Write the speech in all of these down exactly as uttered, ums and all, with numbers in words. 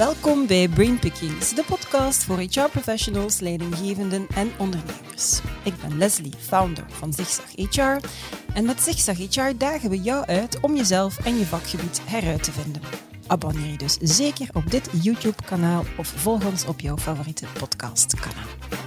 Welkom bij Brainpickings, de podcast voor H R-professionals, leidinggevenden en ondernemers. Ik ben Leslie, founder van Zigzag H R. En met Zigzag H R dagen we jou uit om jezelf en je vakgebied heruit te vinden. Abonneer je dus zeker op dit YouTube-kanaal of volg ons op jouw favoriete podcastkanaal.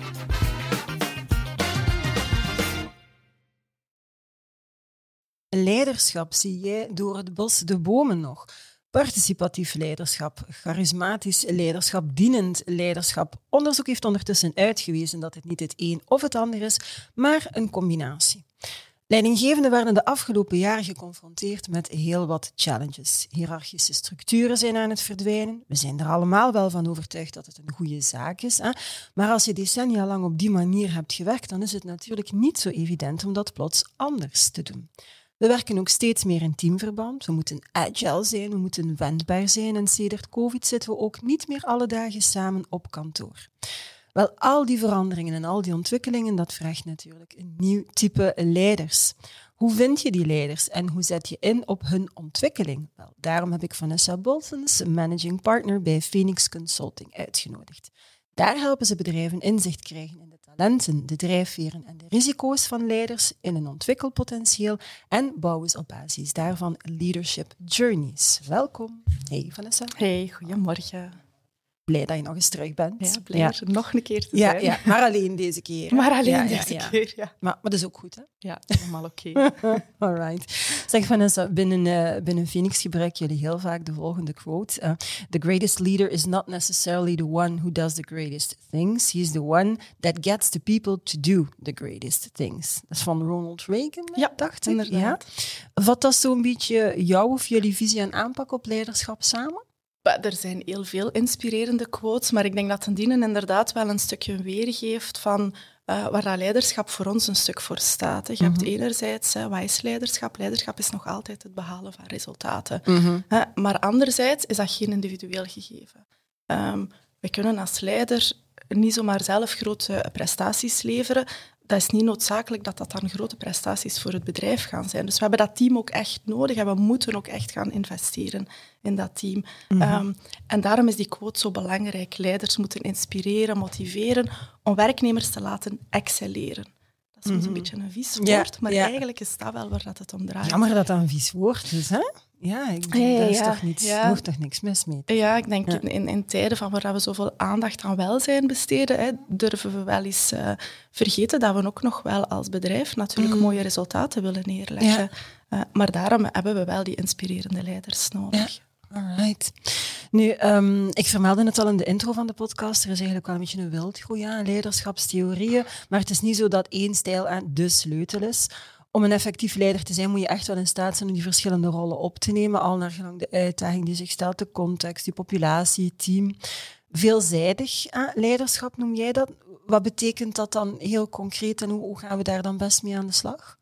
Leiderschap zie jij door het bos de bomen nog. Participatief leiderschap, charismatisch leiderschap, dienend leiderschap. Onderzoek heeft ondertussen uitgewezen dat het niet het een of het ander is, maar een combinatie. Leidinggevenden werden de afgelopen jaren geconfronteerd met heel wat challenges. Hiërarchische structuren zijn aan het verdwijnen. We zijn er allemaal wel van overtuigd dat het een goede zaak is. Hè? Maar als je decennia lang op die manier hebt gewerkt, dan is het natuurlijk niet zo evident om dat plots anders te doen. We werken ook steeds meer in teamverband. We moeten agile zijn, we moeten wendbaar zijn. En sedert COVID zitten we ook niet meer alle dagen samen op kantoor. Wel, al die veranderingen en al die ontwikkelingen, dat vraagt natuurlijk een nieuw type leiders. Hoe vind je die leiders en hoe zet je in op hun ontwikkeling? Wel, daarom heb ik Vanessa Boltens, managing partner bij Phoenix Consulting, uitgenodigd. Daar helpen ze bedrijven inzicht krijgen in de talenten, de drijfveren en de risico's van leiders in een ontwikkelpotentieel en bouwen ze op basis daarvan leadership journeys. Welkom. Hey Vanessa. Hey, goedemorgen. Blij dat je nog eens terug bent. Ja, blij ja. er nog een keer te ja, zijn. Ja, maar alleen deze keer. Maar alleen ja, deze ja, ja. keer, ja. Maar, maar dat is ook goed, hè? Ja, helemaal oké. Okay. All right. Zeg Vanessa, binnen, uh, binnen Phoenix gebruiken jullie heel vaak de volgende quote. Uh, the greatest leader is not necessarily the one who does the greatest things. He is the one that gets the people to do the greatest things. Dat is van Ronald Reagan, ja, dacht ik. Inderdaad. Ja. Vat dat zo'n beetje jouw of jullie visie en aanpak op leiderschap samen? Er zijn heel veel inspirerende quotes, maar ik denk dat ten dienen inderdaad wel een stukje weergeeft van uh, waar dat leiderschap voor ons een stuk voor staat. Je mm-hmm. hebt enerzijds, uh, wat is leiderschap? Leiderschap is nog altijd het behalen van resultaten. Mm-hmm. Uh, maar anderzijds is dat geen individueel gegeven. Um, we kunnen als leider niet zomaar zelf grote prestaties leveren. Dat is niet noodzakelijk dat dat dan grote prestaties voor het bedrijf gaan zijn. Dus we hebben dat team ook echt nodig en we moeten ook echt gaan investeren in dat team. Mm-hmm. Um, en daarom is die quote zo belangrijk. Leiders moeten inspireren, motiveren om werknemers te laten excelleren. Dat is mm-hmm. een beetje een vies woord, ja, maar ja. eigenlijk is dat wel waar dat het om draait. Jammer dat dat een vies woord is, hè? Ja, ik denk, ja, daar is ja, toch niets, ja. hoort toch niks mis mee. Ja, ik denk ja. in, in tijden van waar we zoveel aandacht aan welzijn besteden, hè, durven we wel eens uh, vergeten dat we ook nog wel als bedrijf natuurlijk mm. mooie resultaten willen neerleggen. Ja. Uh, maar daarom hebben we wel die inspirerende leiders nodig. Ja. Alright. Nu, um, ik vermeldde het al in de intro van de podcast. Er is eigenlijk wel een beetje een wildgroei aan leiderschapstheorieën, maar het is niet zo dat één stijl aan de sleutel is. Om een effectief leider te zijn, moet je echt wel in staat zijn om die verschillende rollen op te nemen, al naar gelang de uitdaging die zich stelt, de context, die populatie, team. Veelzijdig eh, leiderschap noem jij dat. Wat betekent dat dan heel concreet en hoe, hoe gaan we daar dan best mee aan de slag?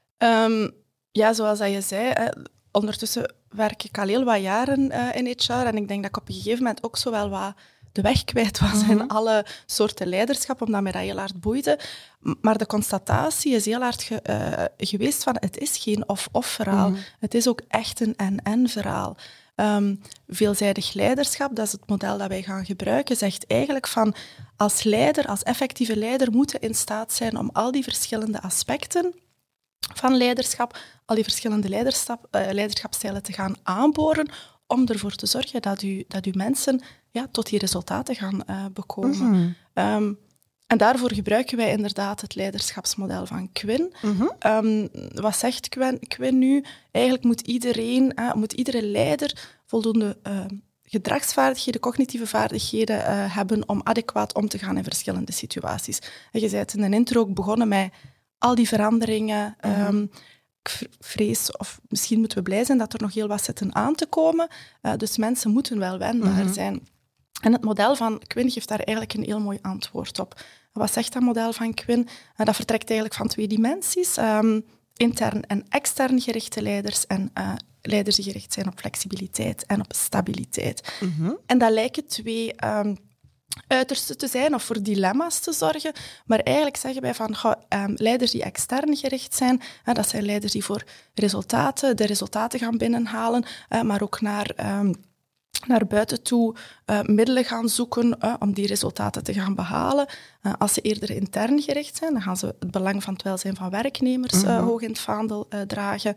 Um, ja, zoals dat je zei, eh, ondertussen werk ik al heel wat jaren uh, in H R en ik denk dat ik op een gegeven moment ook zo wel wat de weg kwijt was mm-hmm. in alle soorten leiderschap, omdat mij dat heel hard boeide. Maar de constatatie is heel hard ge, uh, geweest van het is geen of-of verhaal. Mm-hmm. Het is ook echt een en-en verhaal. Um, veelzijdig leiderschap, dat is het model dat wij gaan gebruiken, zegt eigenlijk van als leider, als effectieve leider, moeten in staat zijn om al die verschillende aspecten van leiderschap, al die verschillende leiderschap, uh, leiderschapstijlen te gaan aanboren, om ervoor te zorgen dat u, dat uw mensen ja, tot die resultaten gaan uh, bekomen. Mm-hmm. Um, en daarvoor gebruiken wij inderdaad het leiderschapsmodel van Quinn. Mm-hmm. Um, wat zegt Quinn, Quinn nu? Eigenlijk moet iedereen, uh, moet iedere leider voldoende uh, gedragsvaardigheden, cognitieve vaardigheden uh, hebben om adequaat om te gaan in verschillende situaties. En je zei het in een intro ook begonnen met al die veranderingen. Mm-hmm. Um, Ik vrees, of misschien moeten we blij zijn dat er nog heel wat zitten aan te komen. Uh, dus mensen moeten wel wendbaar mm-hmm. zijn. En het model van Quinn geeft daar eigenlijk een heel mooi antwoord op. Wat zegt dat model van Quinn? Uh, dat vertrekt eigenlijk van twee dimensies. Um, intern en extern gerichte leiders en uh, leiders die gericht zijn op flexibiliteit en op stabiliteit. Mm-hmm. En dat lijken twee um, uitersten te zijn of voor dilemma's te zorgen. Maar eigenlijk zeggen wij van goh, um, leiders die extern gericht zijn, uh, dat zijn leiders die voor resultaten, de resultaten gaan binnenhalen, uh, maar ook naar um, naar buiten toe uh, middelen gaan zoeken uh, om die resultaten te gaan behalen. Uh, als ze eerder intern gericht zijn, dan gaan ze het belang van het welzijn van werknemers uh, mm-hmm. hoog in het vaandel uh, dragen.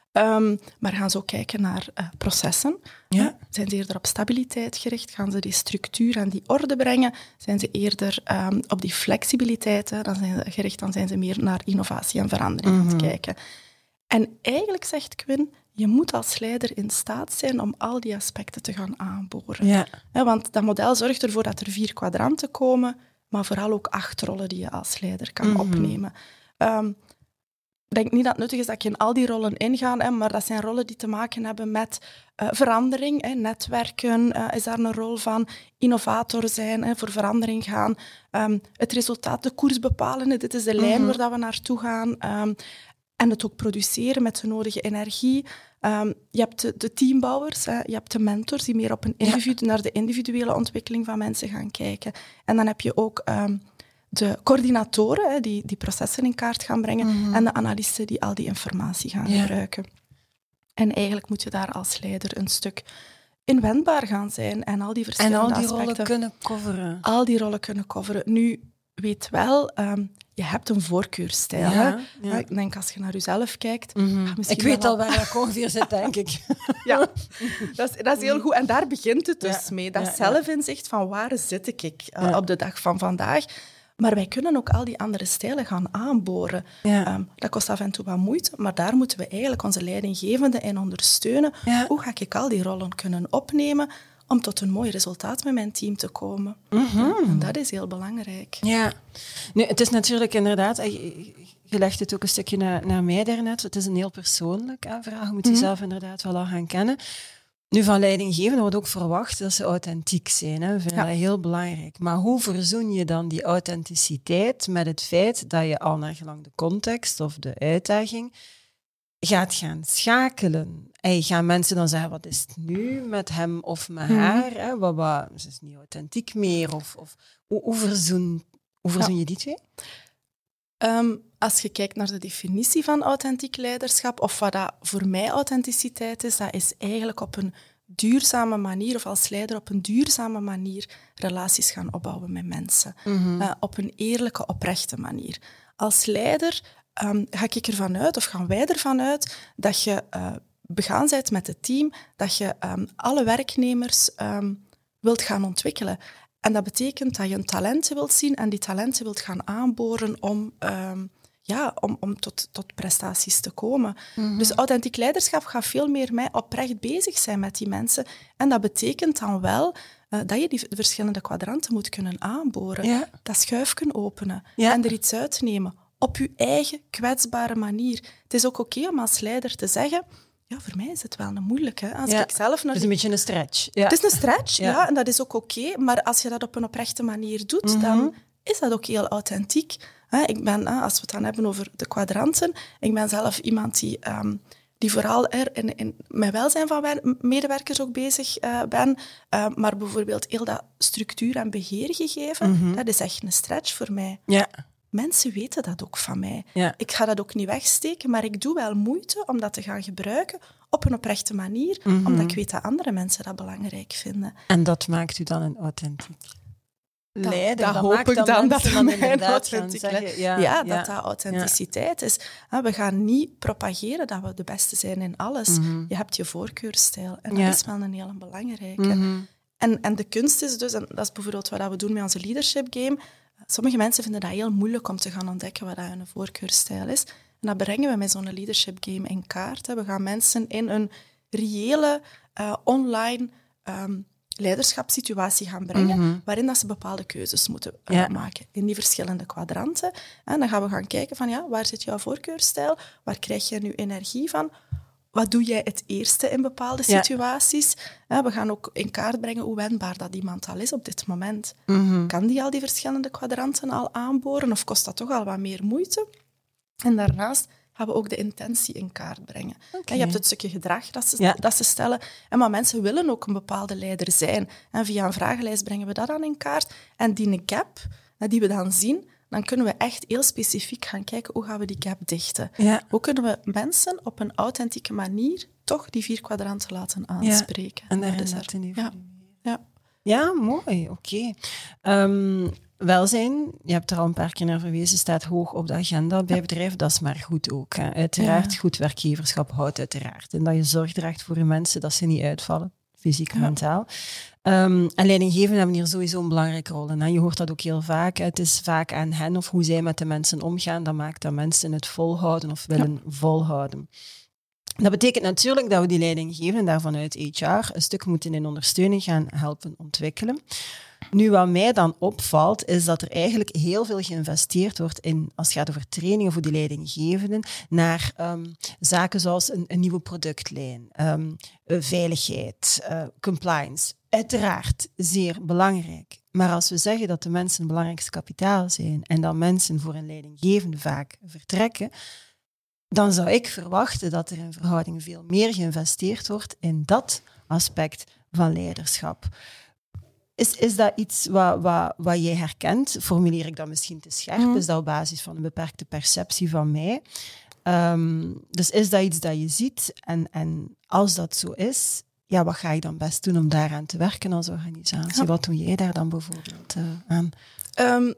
Um, maar gaan ze ook kijken naar uh, processen. Ja. Uh, zijn ze eerder op stabiliteit gericht? Gaan ze die structuur en die orde brengen? Zijn ze eerder um, op die flexibiliteit uh, dan zijn ze gericht? Dan zijn ze meer naar innovatie en verandering mm-hmm. aan het kijken. En eigenlijk zegt Quinn, je moet als leider in staat zijn om al die aspecten te gaan aanboren. Ja. Ja, want dat model zorgt ervoor dat er vier kwadranten komen, maar vooral ook acht rollen die je als leider kan mm-hmm. opnemen. Um, Ik denk niet dat het nuttig is dat ik in al die rollen inga, hè, maar dat zijn rollen die te maken hebben met uh, verandering, hè, netwerken. Uh, is daar een rol van innovator zijn, hè, voor verandering gaan. Um, het resultaat, de koers bepalen. Hè, dit is de lijn mm-hmm. waar dat we naartoe gaan. Um, en het ook produceren met de nodige energie. Um, je hebt de, de teambouwers, hè, je hebt de mentors die meer op een individu- ja. naar de individuele ontwikkeling van mensen gaan kijken. En dan heb je ook... Um, de coördinatoren hè, die die processen in kaart gaan brengen mm-hmm. en de analisten die al die informatie gaan ja. gebruiken. En eigenlijk moet je daar als leider een stuk inwendbaar gaan zijn en al die verschillende aspecten... En al die aspecten, rollen kunnen coveren. Al die rollen kunnen coveren. Nu, weet wel, um, je hebt een voorkeurstijl. Ja, hè? Ja. Ik denk, als je naar jezelf kijkt... Mm-hmm. Ik weet al waar ik ongeveer zit, denk ik. Ja, dat is, dat is heel goed. En daar begint het dus ja. mee. Dat ja, zelfinzicht van waar zit ik uh, ja. op de dag van vandaag... Maar wij kunnen ook al die andere stijlen gaan aanboren. Ja. Um, dat kost af en toe wat moeite, maar daar moeten we eigenlijk onze leidinggevenden in ondersteunen. Ja. Hoe ga ik al die rollen kunnen opnemen om tot een mooi resultaat met mijn team te komen? Mm-hmm. En dat is heel belangrijk. Ja, nu, het is natuurlijk inderdaad... Je, je legt het ook een stukje naar, naar mij daarnet. Het is een heel persoonlijk hè, vraag. Je moet mm-hmm. jezelf inderdaad wel al gaan kennen. Nu, van leidinggevenden wordt ook verwacht dat ze authentiek zijn. Hè. We vinden ja. dat heel belangrijk. Maar hoe verzoen je dan die authenticiteit met het feit dat je al naar gelang de context of de uitdaging gaat gaan schakelen? En gaan mensen dan zeggen, wat is het nu met hem of met hmm. haar? Hè? Wat, wat, ze is niet authentiek meer. Of, of, hoe, hoe verzoen, hoe verzoen ja. je die twee? Um, als je kijkt naar de definitie van authentiek leiderschap, of wat dat voor mij authenticiteit is, dat is eigenlijk op een duurzame manier, of als leider op een duurzame manier, relaties gaan opbouwen met mensen. Mm-hmm. Uh, op een eerlijke, oprechte manier. Als leider um, ga ik ervan uit, of gaan wij ervan uit, dat je uh, begaan bent met het team, dat je um, alle werknemers um, wilt gaan ontwikkelen. En dat betekent dat je een talenten wilt zien en die talenten wilt gaan aanboren om, um, ja, om, om tot, tot prestaties te komen. Mm-hmm. Dus authentiek leiderschap gaat veel meer mij oprecht bezig zijn met die mensen. En dat betekent dan wel uh, dat je die verschillende kwadranten moet kunnen aanboren. Ja. Dat schuifje openen ja. en er iets uitnemen. Op je eigen kwetsbare manier. Het is ook oké okay om als leider te zeggen... Ja, voor mij is het wel een moeilijke. Als ja, ik zelf naar het is een beetje een stretch. Ja. Het is een stretch, ja. ja, en dat is ook oké. Okay, maar als je dat op een oprechte manier doet, mm-hmm. dan is dat ook heel authentiek. Ik ben, als we het dan hebben over de kwadranten, ik ben zelf iemand die, um, die vooral er in, in, met welzijn van medewerkers ook bezig uh, ben. Uh, maar bijvoorbeeld heel dat structuur en beheer gegeven, mm-hmm. dat is echt een stretch voor mij. Ja. Mensen weten dat ook van mij. Ja. Ik ga dat ook niet wegsteken, maar ik doe wel moeite om dat te gaan gebruiken op een oprechte manier, mm-hmm. omdat ik weet dat andere mensen dat belangrijk vinden. En dat maakt u dan een authentiek leider? Dat, dat, dat hoop ik dan, dan dat voor mij een authentiek leider ja, ja, dat ja. dat authenticiteit ja. is. We gaan niet propageren dat we de beste zijn in alles. Mm-hmm. Je hebt je voorkeurstijl en dat ja. is wel een heel belangrijke. Mm-hmm. En, en de kunst is dus, en dat is bijvoorbeeld wat we doen met onze leadership game... Sommige mensen vinden dat heel moeilijk om te gaan ontdekken wat hun voorkeurstijl is. En dat brengen we met zo'n leadership game in kaart. We gaan mensen in een reële uh, online um, leiderschapssituatie gaan brengen, mm-hmm. waarin dat ze bepaalde keuzes moeten uh, ja. maken in die verschillende kwadranten. En dan gaan we gaan kijken van, ja, waar zit jouw voorkeurstijl? Waar krijg je nu energie van? Wat doe jij het eerste in bepaalde situaties? Ja. We gaan ook in kaart brengen hoe wendbaar dat iemand al is op dit moment. Mm-hmm. Kan die al die verschillende kwadranten al aanboren of kost dat toch al wat meer moeite? En daarnaast gaan we ook de intentie in kaart brengen. Okay. Je hebt het stukje gedrag dat ze, ja. dat ze stellen. En maar mensen willen ook een bepaalde leider zijn. En via een vragenlijst brengen we dat dan in kaart. En die gap die we dan zien, dan kunnen we echt heel specifiek gaan kijken hoe gaan we die gap dichten. Ja. Hoe kunnen we mensen op een authentieke manier toch die vier kwadranten laten aanspreken. Ja, en daarin dat is laten er. Ja. Ja. Ja, mooi. Oké. Okay. Um, welzijn, je hebt er al een paar keer naar verwezen, staat hoog op de agenda bij bedrijven. Dat is maar goed ook. Hè. Uiteraard, ja. Goed werkgeverschap houdt uiteraard. En dat je zorg draagt voor je mensen, dat ze niet uitvallen, fysiek en ja. mentaal. Um, en leidinggevenden hebben hier sowieso een belangrijke rol in. Hè. Je hoort dat ook heel vaak. Het is vaak aan hen of hoe zij met de mensen omgaan. Dat maakt dat mensen het volhouden of willen ja. volhouden. Dat betekent natuurlijk dat we die leidinggevenden daar vanuit H R een stuk moeten in ondersteuning gaan helpen ontwikkelen. Nu, wat mij dan opvalt, is dat er eigenlijk heel veel geïnvesteerd wordt in, als het gaat over trainingen voor die leidinggevenden, naar um, zaken zoals een, een nieuwe productlijn, um, veiligheid, uh, compliance. Uiteraard zeer belangrijk. Maar als we zeggen dat de mensen het belangrijkste kapitaal zijn en dat mensen voor een leidinggevende vaak vertrekken, dan zou ik verwachten dat er in verhouding veel meer geïnvesteerd wordt in dat aspect van leiderschap. Is, is dat iets wat, wat, wat jij herkent? Formuleer ik dat misschien te scherp? Mm. Is dat op basis van een beperkte perceptie van mij? Um, dus is dat iets dat je ziet? En, en als dat zo is, ja, wat ga je dan best doen om daaraan te werken als organisatie? Ja. Wat doe jij daar dan bijvoorbeeld uh, aan? Um,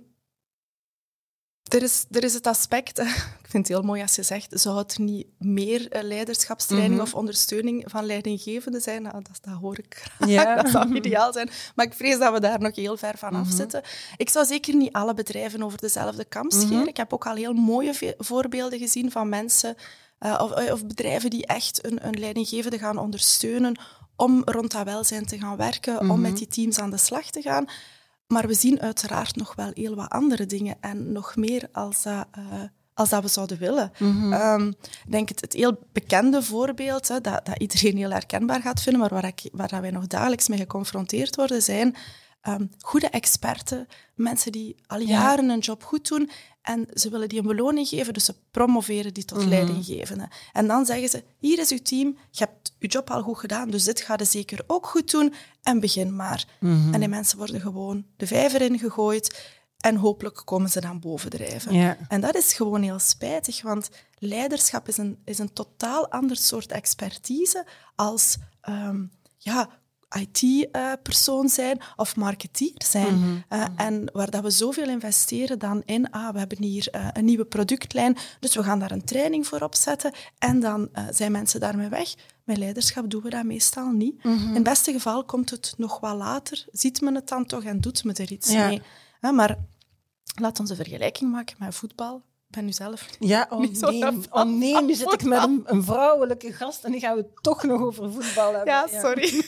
er, is, er is het aspect, uh, ik vind het heel mooi als je zegt, zou het niet meer uh, leiderschapstraining mm-hmm. of ondersteuning van leidinggevenden zijn? Nou, dat, dat hoor ik graag, ja. Dat zou ideaal zijn. Maar ik vrees dat we daar nog heel ver van mm-hmm. af zitten. Ik zou zeker niet alle bedrijven over dezelfde kam scheren. Mm-hmm. Ik heb ook al heel mooie ve- voorbeelden gezien van mensen uh, of, of bedrijven die echt een, een leidinggevende gaan ondersteunen om rond dat welzijn te gaan werken, mm-hmm. om met die teams aan de slag te gaan. Maar we zien uiteraard nog wel heel wat andere dingen en nog meer als dat, uh, als dat we zouden willen. Mm-hmm. Um, ik denk het, het heel bekende voorbeeld, hè, dat, dat iedereen heel herkenbaar gaat vinden, maar waar, ik, waar wij nog dagelijks mee geconfronteerd worden, zijn um, goede experten, mensen die al jaren ja. een job goed doen en ze willen die een beloning geven, dus ze promoveren die tot mm-hmm. leidinggevende. En dan zeggen ze, hier is uw team, je hebt je job al goed gedaan, dus dit ga je zeker ook goed doen en begin maar. Mm-hmm. En die mensen worden gewoon de vijver ingegooid en hopelijk komen ze dan bovendrijven. Ja. En dat is gewoon heel spijtig, want leiderschap is een, is een totaal ander soort expertise als um, ja, I T-persoon uh, zijn of marketeer zijn. Mm-hmm. Uh, en waar dat we zoveel investeren dan in, ah, we hebben hier uh, een nieuwe productlijn, dus we gaan daar een training voor opzetten en dan uh, zijn mensen daarmee weg. Met leiderschap doen we dat meestal niet. Mm-hmm. In het beste geval komt het nog wat later, ziet men het dan toch en doet men er iets ja. mee. Uh, maar laat ons een vergelijking maken met voetbal. Ik ben nu zelf ja, oh niet zo nee, oh nee, nu zit ik met een, een vrouwelijke gast en die gaan we het toch nog over voetbal hebben. Ja, sorry.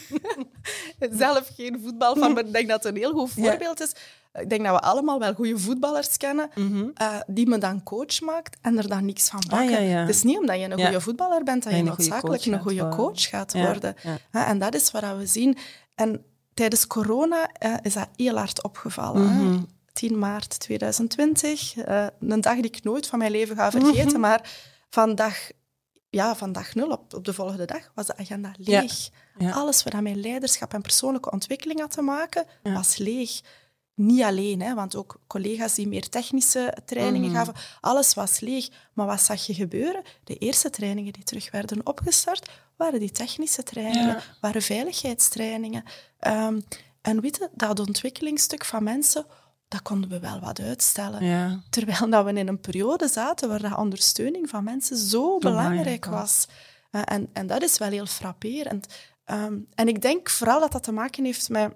Ja. Zelf geen voetbal van, maar ik denk dat het een heel goed voorbeeld ja. is. Ik denk dat we allemaal wel goede voetballers kennen, mm-hmm. uh, die me dan coach maakt en er dan niks van bakken. Ah, ja, ja. Het is niet omdat je een goede ja. voetballer bent, dat je noodzakelijk een goede coach gaat ja. worden. Ja. Uh, en dat is wat we zien. En tijdens corona uh, is dat heel hard opgevallen. Mm-hmm. Hè? tien maart tweeduizend twintig, uh, een dag die ik nooit van mijn leven ga vergeten, mm-hmm. maar van dag, ja, van dag nul op, op de volgende dag was de agenda leeg. Ja. Ja. Alles wat met leiderschap en persoonlijke ontwikkeling had te maken, ja. was leeg. Niet alleen, hè, want ook collega's die meer technische trainingen mm-hmm. gaven, alles was leeg. Maar wat zag je gebeuren? De eerste trainingen die terug werden opgestart, waren die technische trainingen, ja. waren veiligheidstrainingen. Um, en weet je, dat ontwikkelingsstuk van mensen, dat konden we wel wat uitstellen. Ja. Terwijl dat we in een periode zaten waar de ondersteuning van mensen zo belangrijk, belangrijk was. Uh, en, en dat is wel heel frapperend. Um, en ik denk vooral dat dat te maken heeft met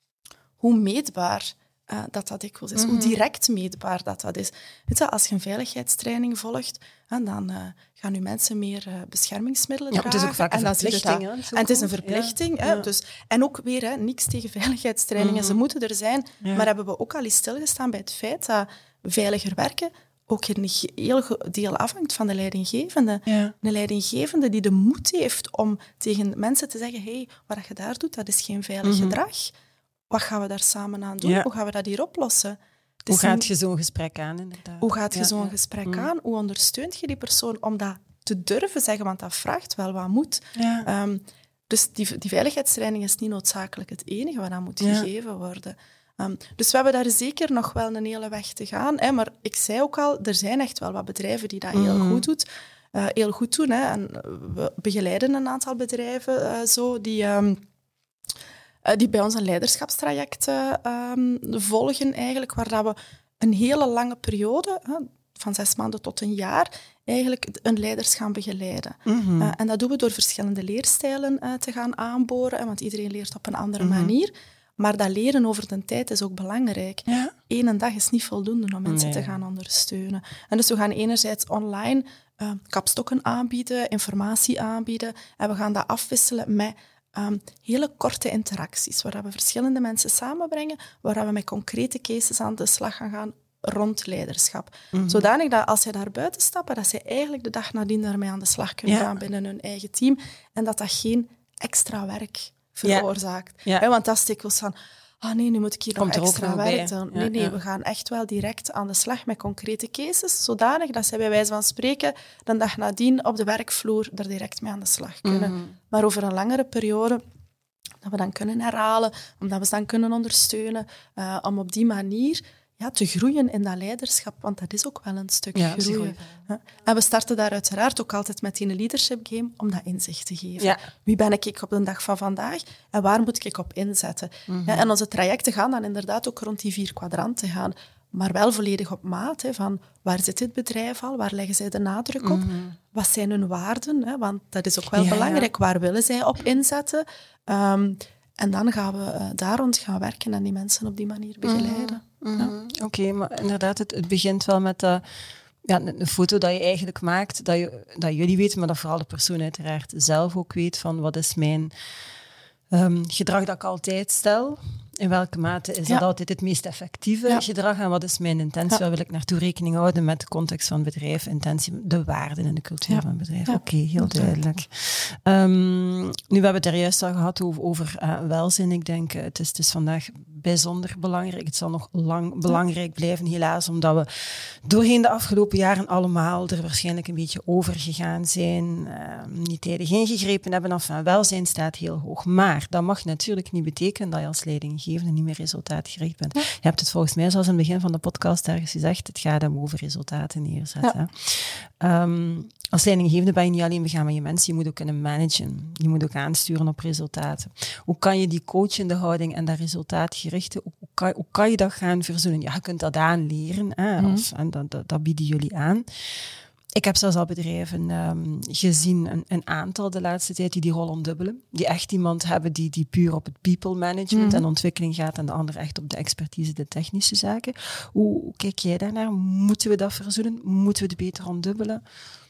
hoe meetbaar uh, dat dat dikwijls is. Mm-hmm. Hoe direct meetbaar dat dat is. Weet je, als je een veiligheidstraining volgt, uh, dan uh, gaan je mensen meer uh, beschermingsmiddelen ja, dragen. Het is ook vaak een en verplichting. Dat, en het is een verplichting. Ja. Hè, ja. Dus, en ook weer, hè, niks tegen veiligheidstrainingen. Mm-hmm. Ze moeten er zijn. Ja. Maar hebben we ook al eens stilgestaan bij het feit dat veiliger werken ook een heel deel afhangt van de leidinggevende. Ja. Een leidinggevende die de moed heeft om tegen mensen te zeggen, hey, wat je daar doet, dat is geen veilig mm-hmm. gedrag. Wat gaan we daar samen aan doen? Ja. Hoe gaan we dat hier oplossen? Hoe gaat een... je zo'n gesprek aan, inderdaad? Hoe gaat je ja, zo'n ja. gesprek mm. aan? Hoe ondersteunt je die persoon om dat te durven zeggen? Want dat vraagt wel wat moed. Ja. Um, dus die, die veiligheidstraining is niet noodzakelijk het enige wat dan moet ja. gegeven worden. Um, dus we hebben daar zeker nog wel een hele weg te gaan. Hè. Maar ik zei ook al, er zijn echt wel wat bedrijven die dat heel mm-hmm. goed doen. Uh, heel goed doen. Hè. En we begeleiden een aantal bedrijven uh, zo die... Um, Uh, die bij ons een leiderschapstraject uh, um, volgen, eigenlijk, waar dat we een hele lange periode, uh, van zes maanden tot een jaar, eigenlijk een leiders gaan begeleiden. Mm-hmm. Uh, en dat doen we door verschillende leerstijlen uh, te gaan aanboren, uh, want iedereen leert op een andere mm-hmm. manier. Maar dat leren over de tijd is ook belangrijk. Ja. Eén dag is niet voldoende om mensen nee. te gaan ondersteunen. En dus we gaan enerzijds online uh, kapstokken aanbieden, informatie aanbieden, en we gaan dat afwisselen met Um, hele korte interacties, waar we verschillende mensen samenbrengen, waar we met concrete cases aan de slag gaan gaan rond leiderschap. Mm-hmm. Zodanig dat als zij daar buiten stappen, dat zij eigenlijk de dag nadien daarmee aan de slag kunnen ja. gaan binnen hun eigen team en dat dat geen extra werk veroorzaakt. Ja. Ja. Want dat is dikwijls van, ah oh nee, nu moet ik hier Komt nog extra werk doen. Ja, nee, nee, ja. we gaan echt wel direct aan de slag met concrete cases, zodanig dat zij bij wijze van spreken de dag nadien op de werkvloer er direct mee aan de slag kunnen. Mm-hmm. Maar over een langere periode, dat we dan kunnen herhalen, omdat we ze dan kunnen ondersteunen, uh, om op die manier ja, te groeien in dat leiderschap, want dat is ook wel een stuk ja, groeien. Ja. En we starten daar uiteraard ook altijd met die leadership game om dat inzicht te geven. Ja. Wie ben ik op de dag van vandaag en waar moet ik op inzetten? Mm-hmm. Ja, en onze trajecten gaan dan inderdaad ook rond die vier kwadranten gaan, maar wel volledig op maat. Hè, van waar zit dit bedrijf al? Waar leggen zij de nadruk op? Mm-hmm. Wat zijn hun waarden? Hè? Want dat is ook wel ja, belangrijk. Ja. Waar willen zij op inzetten? Um, en dan gaan we uh, daar rond gaan werken en die mensen op die manier begeleiden. Mm-hmm. Ja. Oké, okay, maar inderdaad, het, het begint wel met uh, ja, een foto dat je eigenlijk maakt, dat, je, dat jullie weten, maar dat vooral de persoon uiteraard zelf ook weet van wat is mijn um, gedrag dat ik altijd stel. In welke mate is ja. dat altijd het meest effectieve ja. gedrag en wat is mijn intentie? Ja. Waar wil ik naartoe rekening houden met de context van het bedrijf, intentie, de waarden en de cultuur ja. van het bedrijf? Ja. Oké, okay, heel okay. duidelijk. Um, nu, we hebben het er juist al gehad over, over uh, welzijn. Ik denk, uh, het, is, het is vandaag bijzonder belangrijk. Het zal nog lang belangrijk blijven, helaas, omdat we doorheen de afgelopen jaren allemaal er waarschijnlijk een beetje over gegaan zijn, uh, niet tijdig ingegrepen hebben. Enfin, welzijn staat heel hoog. Maar dat mag natuurlijk niet betekenen dat je als leiding en niet meer resultaatgericht bent. Ja. Je hebt het volgens mij, zoals in het begin van de podcast ergens gezegd, het gaat hem over resultaten neerzetten. Ja. Um, als leidinggevende ben je niet alleen begaan met je mensen, je moet ook kunnen managen. Je moet ook aansturen op resultaten. Hoe kan je die coachende houding en dat resultaatgerichte, hoe kan, hoe kan je dat gaan verzoenen? Ja, je kunt dat aanleren, hè, mm-hmm. of, en dat, dat, dat bieden jullie aan. Ik heb zelfs al bedrijven um, gezien, een, een aantal de laatste tijd, die die rol ontdubbelen. Die echt iemand hebben die, die puur op het people management mm-hmm. en ontwikkeling gaat en de ander echt op de expertise, de technische zaken. Hoe, hoe kijk jij daarnaar? Moeten we dat verzoenen? Moeten we het beter ontdubbelen?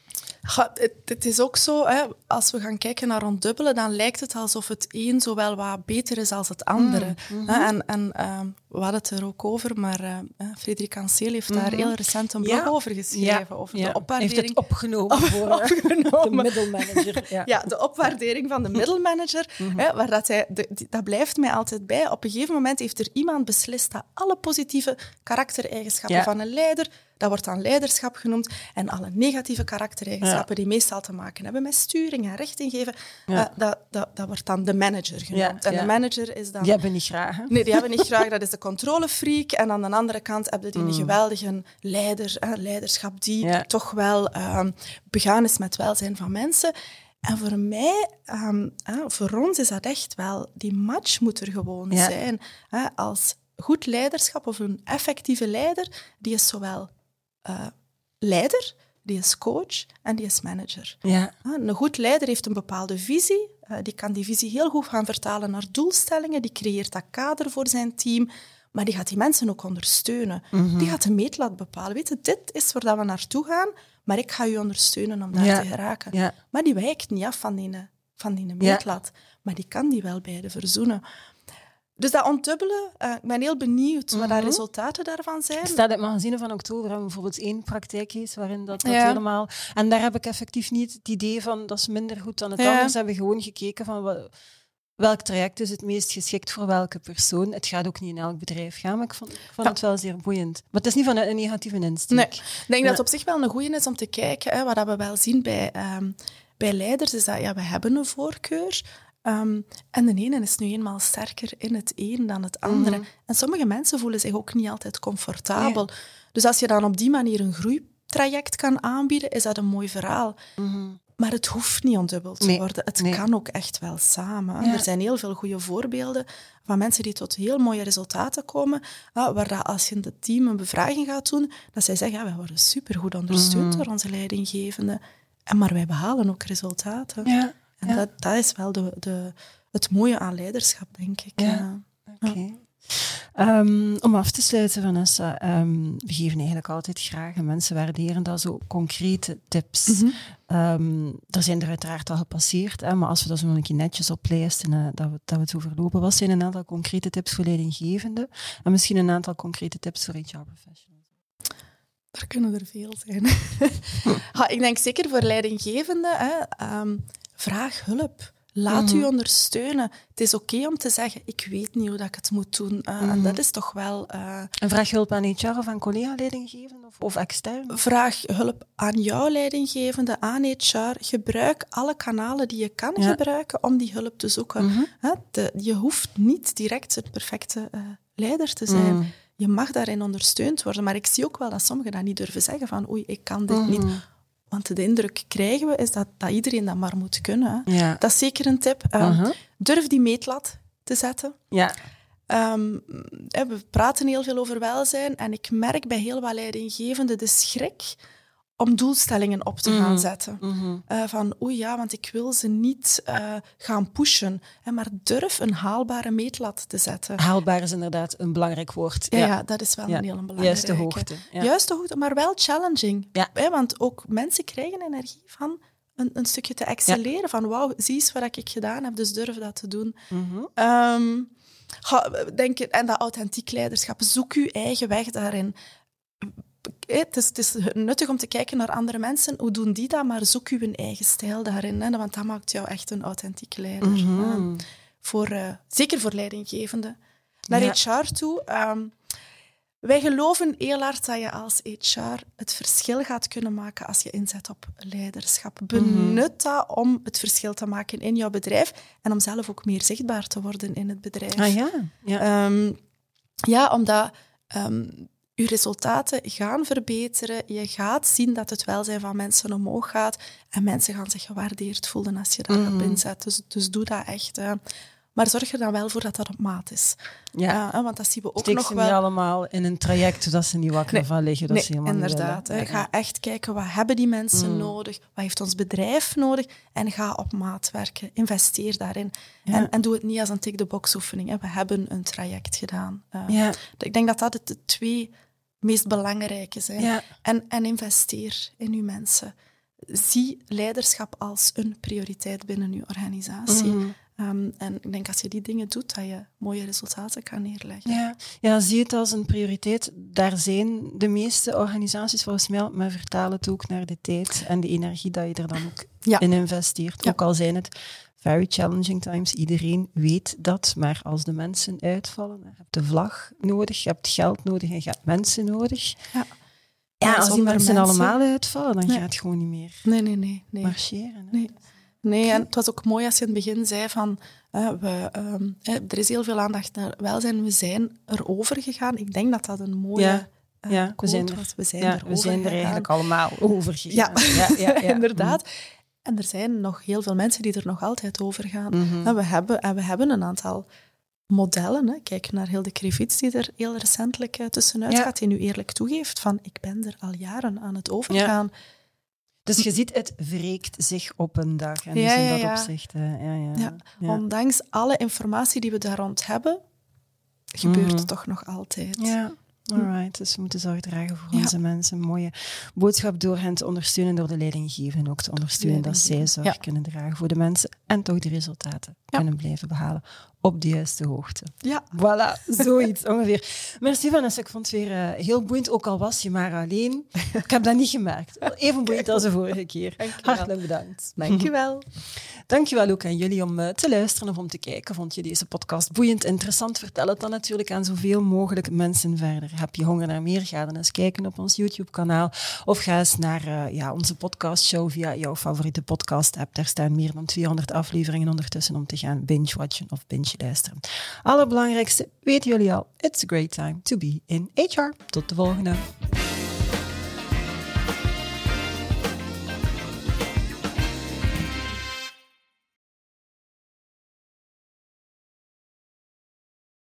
Ja, het, het is ook zo, hè, als we gaan kijken naar ontdubbelen, dan lijkt het alsof het een zowel wat beter is als het andere. Mm-hmm. En, en uh, we hadden het er ook over, maar uh, Frederik Anseel heeft mm-hmm. daar heel recent een blog ja. over geschreven. Ja. Over ja. de opwaardering. Heeft het opgenomen op, voor opgenomen. de middelmanager. Ja. ja, de opwaardering van de middelmanager. Mm-hmm. Hè, waar dat, hij, de, die, dat blijft mij altijd bij. Op een gegeven moment heeft er iemand beslist dat alle positieve karaktereigenschappen ja. van een leider, dat wordt dan leiderschap genoemd, en alle negatieve karaktereigenschappen ja. die meestal te maken hebben met sturing en richting geven, ja. uh, dat, dat, dat wordt dan de manager genoemd. Ja. En ja. de manager is dan... Die hebben niet graag, hè? Nee, die hebben niet graag. Dat is de controlefreak. En aan de andere kant heb je die mm. een geweldige leider, uh, leiderschap die ja. toch wel uh, begaan is met welzijn van mensen. En voor mij, um, uh, voor ons is dat echt wel, die match moet er gewoon ja. zijn. Uh, als goed leiderschap of een effectieve leider, die is zowel uh, leider, die is coach en die is manager. Ja. Een goed leider heeft een bepaalde visie. Uh, die kan die visie heel goed gaan vertalen naar doelstellingen. Die creëert dat kader voor zijn team. Maar die gaat die mensen ook ondersteunen. Mm-hmm. Die gaat de meetlat bepalen. Weet je, dit is waar we naartoe gaan, maar ik ga je ondersteunen om daar ja. te geraken. Ja. Maar die wijkt niet af van die, van die meetlat. Ja. Maar die kan die wel beide verzoenen. Dus dat ontdubbelen, uh, ik ben heel benieuwd wat mm-hmm. de resultaten daarvan zijn. Er staat in het magazine van oktober hebben we bijvoorbeeld één praktijkcase waarin dat, dat ja. helemaal... En daar heb ik effectief niet het idee van dat is minder goed dan het ja. anders. We hebben gewoon gekeken van wat, welk traject is het meest geschikt voor welke persoon. Het gaat ook niet in elk bedrijf gaan, maar ik vond, ik vond ja. het wel zeer boeiend. Maar het is niet van een, een negatieve insteek. Nee, ik denk ja. dat het op zich wel een goeie is om te kijken. Hè, wat we wel zien bij... Um, Bij leiders is dat, ja, we hebben een voorkeur. Um, en de ene is nu eenmaal sterker in het een dan het andere. Mm-hmm. En sommige mensen voelen zich ook niet altijd comfortabel. Nee. Dus als je dan op die manier een groeitraject kan aanbieden, is dat een mooi verhaal. Mm-hmm. Maar het hoeft niet ondubbeld te nee. worden. Het nee. kan ook echt wel samen. Ja. Er zijn heel veel goede voorbeelden van mensen die tot heel mooie resultaten komen, waar dat als je in het team een bevraging gaat doen, dat zij zeggen, ja, wij worden supergoed ondersteund mm-hmm. door onze leidinggevende. En maar wij behalen ook resultaten. Ja. En ja. dat, dat is wel de, de, het mooie aan leiderschap, denk ik. Ja. Oké. Okay. Um, om af te sluiten, Vanessa, um, we geven eigenlijk altijd graag en mensen waarderen dat zo concrete tips. Mm-hmm. Um, er zijn er uiteraard al gepasseerd, hè, maar als we dat zo nog een keer netjes oplijsten, uh, dat, we, dat we het overlopen, wat zijn een aantal concrete tips voor leidinggevenden en misschien een aantal concrete tips voor H R-professionals? Er kunnen er veel zijn. ja, ik denk zeker voor leidinggevenden, hè, um, vraag hulp. Laat mm-hmm. u ondersteunen. Het is oké okay om te zeggen, ik weet niet hoe dat ik het moet doen. Uh, mm-hmm. En dat is toch wel... Uh, en vraag hulp aan H R of aan collega-leidinggevende of, of extern? Vraag hulp aan jouw leidinggevende, aan H R. Gebruik alle kanalen die je kan ja. gebruiken om die hulp te zoeken. Mm-hmm. Huh? De, je hoeft niet direct een perfecte uh, leider te zijn. Mm. Je mag daarin ondersteund worden. Maar ik zie ook wel dat sommigen dat niet durven zeggen van oei, ik kan dit mm-hmm. niet... Want de indruk krijgen we is dat, dat iedereen dat maar moet kunnen. Ja. Dat is zeker een tip. Um, uh-huh. Durf die meetlat te zetten. Ja. Um, we praten heel veel over welzijn en ik merk bij heel wat leidinggevenden de schrik om doelstellingen op te mm-hmm. gaan zetten. Mm-hmm. Uh, van, oei ja, want ik wil ze niet uh, gaan pushen. Hè, maar durf een haalbare meetlat te zetten. Haalbaar is inderdaad een belangrijk woord. Ja, ja. ja dat is wel ja. een heel belangrijke. Juiste hoogte. Ja. Juiste hoogte, maar wel challenging. Ja. Hè, want ook mensen krijgen energie van een, een stukje te excelleren. Ja. Van, wauw, zie eens wat ik gedaan heb, dus durf dat te doen. Mm-hmm. Um, ga, denk, en dat authentiek leiderschap. Zoek uw eigen weg daarin. Het is, het is nuttig om te kijken naar andere mensen. Hoe doen die dat? Maar zoek uw eigen stijl daarin. Hè? Want dat maakt jou echt een authentieke leider. Mm-hmm. Uh, voor, uh, zeker voor leidinggevenden. Naar ja. H R toe. Um, wij geloven heel hard dat je als H R het verschil gaat kunnen maken als je inzet op leiderschap. Benut mm-hmm. dat om het verschil te maken in jouw bedrijf en om zelf ook meer zichtbaar te worden in het bedrijf. Ah, ja. Ja. Um, ja, omdat... Um, je resultaten gaan verbeteren. Je gaat zien dat het welzijn van mensen omhoog gaat. En mensen gaan zich gewaardeerd voelen als je daarop mm-hmm. inzet. Dus, dus doe dat echt. Uh. Maar zorg er dan wel voor dat dat op maat is. Ja. Uh, want dat zien we ook Steek nog ze wel... niet allemaal in een traject zodat ze niet wakker nee, van liggen. Dat nee, ze helemaal inderdaad. Niet ga echt kijken, wat hebben die mensen mm. nodig? Wat heeft ons bedrijf nodig? En ga op maat werken. Investeer daarin. Ja. En, en doe het niet als een tick-the-box oefening. Hè. We hebben een traject gedaan. Uh, ja. Ik denk dat dat de, de twee... meest belangrijke zijn. Ja. En, en investeer in uw mensen. Zie leiderschap als een prioriteit binnen uw organisatie. Mm-hmm. Um, en ik denk als je die dingen doet, dat je mooie resultaten kan neerleggen. Ja, ja, zie het als een prioriteit. Daar zijn de meeste organisaties volgens mij, maar vertaal het ook naar de tijd en de energie dat je er dan ook ja. in investeert. Ja. Ook al zijn het very challenging times, iedereen weet dat, maar als de mensen uitvallen, je hebt de vlag nodig, je hebt geld nodig en je hebt mensen nodig. Ja, ja als die mensen, mensen allemaal uitvallen, dan nee. gaat het gewoon niet meer nee, nee, nee, nee. marcheren. Nee. Nee, en het was ook mooi als je in het begin zei van, uh, we, um, uh, er is heel veel aandacht naar welzijn, we zijn erover gegaan. Ik denk dat dat een mooie ja. uh, ja, we zijn er, was. We zijn, ja, er, we zijn er eigenlijk allemaal over gegaan. Ja, ja, ja, ja. inderdaad. Mm. En er zijn nog heel veel mensen die er nog altijd over gaan. Mm-hmm. En, we hebben, en we hebben een aantal modellen. Hè. Kijk naar Hilde Krivits, die er heel recentelijk uh, tussenuit ja. gaat, die nu eerlijk toegeeft van, ik ben er al jaren aan het overgaan. Ja. Dus je ziet, het wreekt zich op een dag. En ja, dus in ja, dat ja. opzicht... Uh, ja, ja, ja. Ja. Ondanks alle informatie die we daar rond hebben, gebeurt mm. het toch nog altijd. Ja, alright. Dus we moeten zorg dragen voor ja. onze mensen. Een mooie boodschap door hen te ondersteunen, door de leidinggevenden ook te ondersteunen, dat zij zorg ja. kunnen dragen voor de mensen en toch de resultaten ja. kunnen blijven behalen. op de juiste hoogte. Ja. Voilà, zoiets ongeveer. Merci Vanessa, ik vond het weer uh, heel boeiend, ook al was je maar alleen. Ik heb dat niet gemerkt. Even boeiend als de vorige keer. Hartelijk bedankt. Dankjewel. Dankjewel ook aan jullie om uh, te luisteren of om te kijken. Vond je deze podcast boeiend, interessant? Vertel het dan natuurlijk aan zoveel mogelijk mensen verder. Heb je honger naar meer? Ga dan eens kijken op ons YouTube-kanaal of ga eens naar uh, ja, onze podcastshow via jouw favoriete podcast-app. Daar staan meer dan tweehonderd afleveringen ondertussen om te gaan binge-watchen of binge-luisteren. Allerbelangrijkste, weten jullie al, it's a great time to be in H R. Tot de volgende.